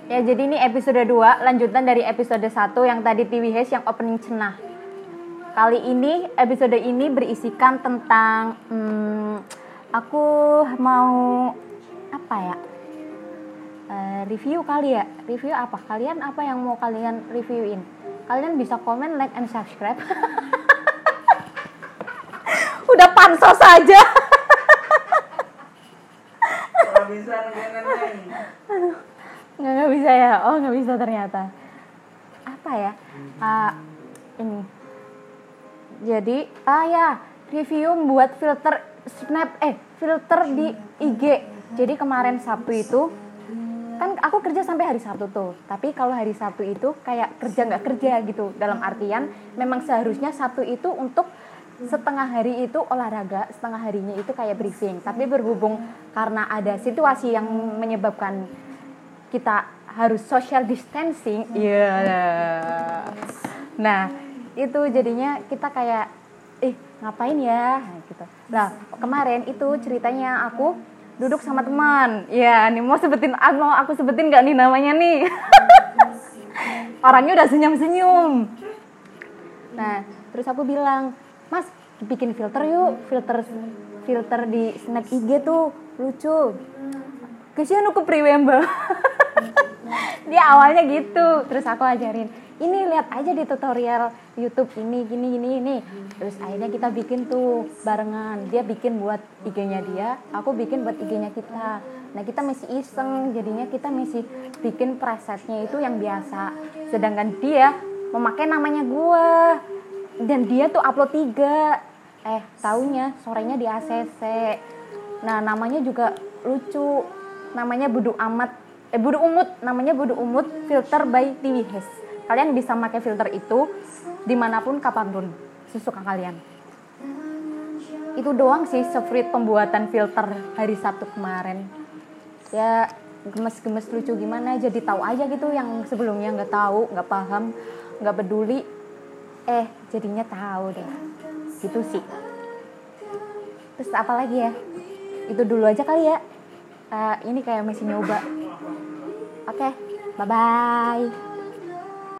Ya, jadi ini episode 2, lanjutan dari episode 1 yang tadi TWH yang opening cenah. Kali ini, episode ini berisikan tentang aku mau apa ya? Review kali ya. Review apa? Kalian apa yang mau kalian reviewin? Kalian bisa komen, like, and subscribe. Udah pansos saja. Nggak bisa Aduh, nggak bisa ya. Oh, nggak bisa ternyata. Apa ya? Ini. Jadi, review buat filter filter di IG. Jadi kemarin Sabtu itu kan aku kerja sampai hari Sabtu tuh. Tapi kalau hari Sabtu itu kayak kerja nggak kerja gitu. Dalam artian memang seharusnya Sabtu itu untuk setengah hari itu olahraga, setengah harinya itu kayak briefing. Tapi berhubung karena ada situasi yang menyebabkan kita harus social distancing, nah itu jadinya kita kayak ngapain ya gitu. Nah kemarin itu ceritanya aku duduk sama teman. Ya nih mau aku sebutin nggak nih namanya nih. Orangnya udah senyum-senyum. Nah terus aku bilang, Mas bikin filter yuk, filter di snap IG tuh lucu. Kasihan aku priwe mbak. Dia awalnya gitu, terus aku ajarin, ini lihat aja di tutorial YouTube ini gini. Terus akhirnya kita bikin tuh barengan. Dia bikin buat IG-nya dia, aku bikin buat IG-nya kita. Nah kita masih iseng, jadinya kita masih bikin presetnya itu yang biasa. Sedangkan dia memakai namanya gua. Dan dia tuh upload 3. Taunya sorenya di ACC. Nah namanya juga lucu. Namanya Budu Umut. Namanya Budu Umut filter by TWH. Kalian bisa pakai filter itu dimanapun kapanpun sesuka kalian. Itu doang sih sefrit pembuatan filter hari Sabtu kemarin. Ya gemes-gemes lucu gimana, jadi tahu aja gitu yang sebelumnya nggak tahu, nggak paham, nggak peduli. Jadinya tahu deh. Gitu sih. Terus apa lagi ya? Itu dulu aja kali ya. Ini kayak masih nyoba. Oke, bye-bye.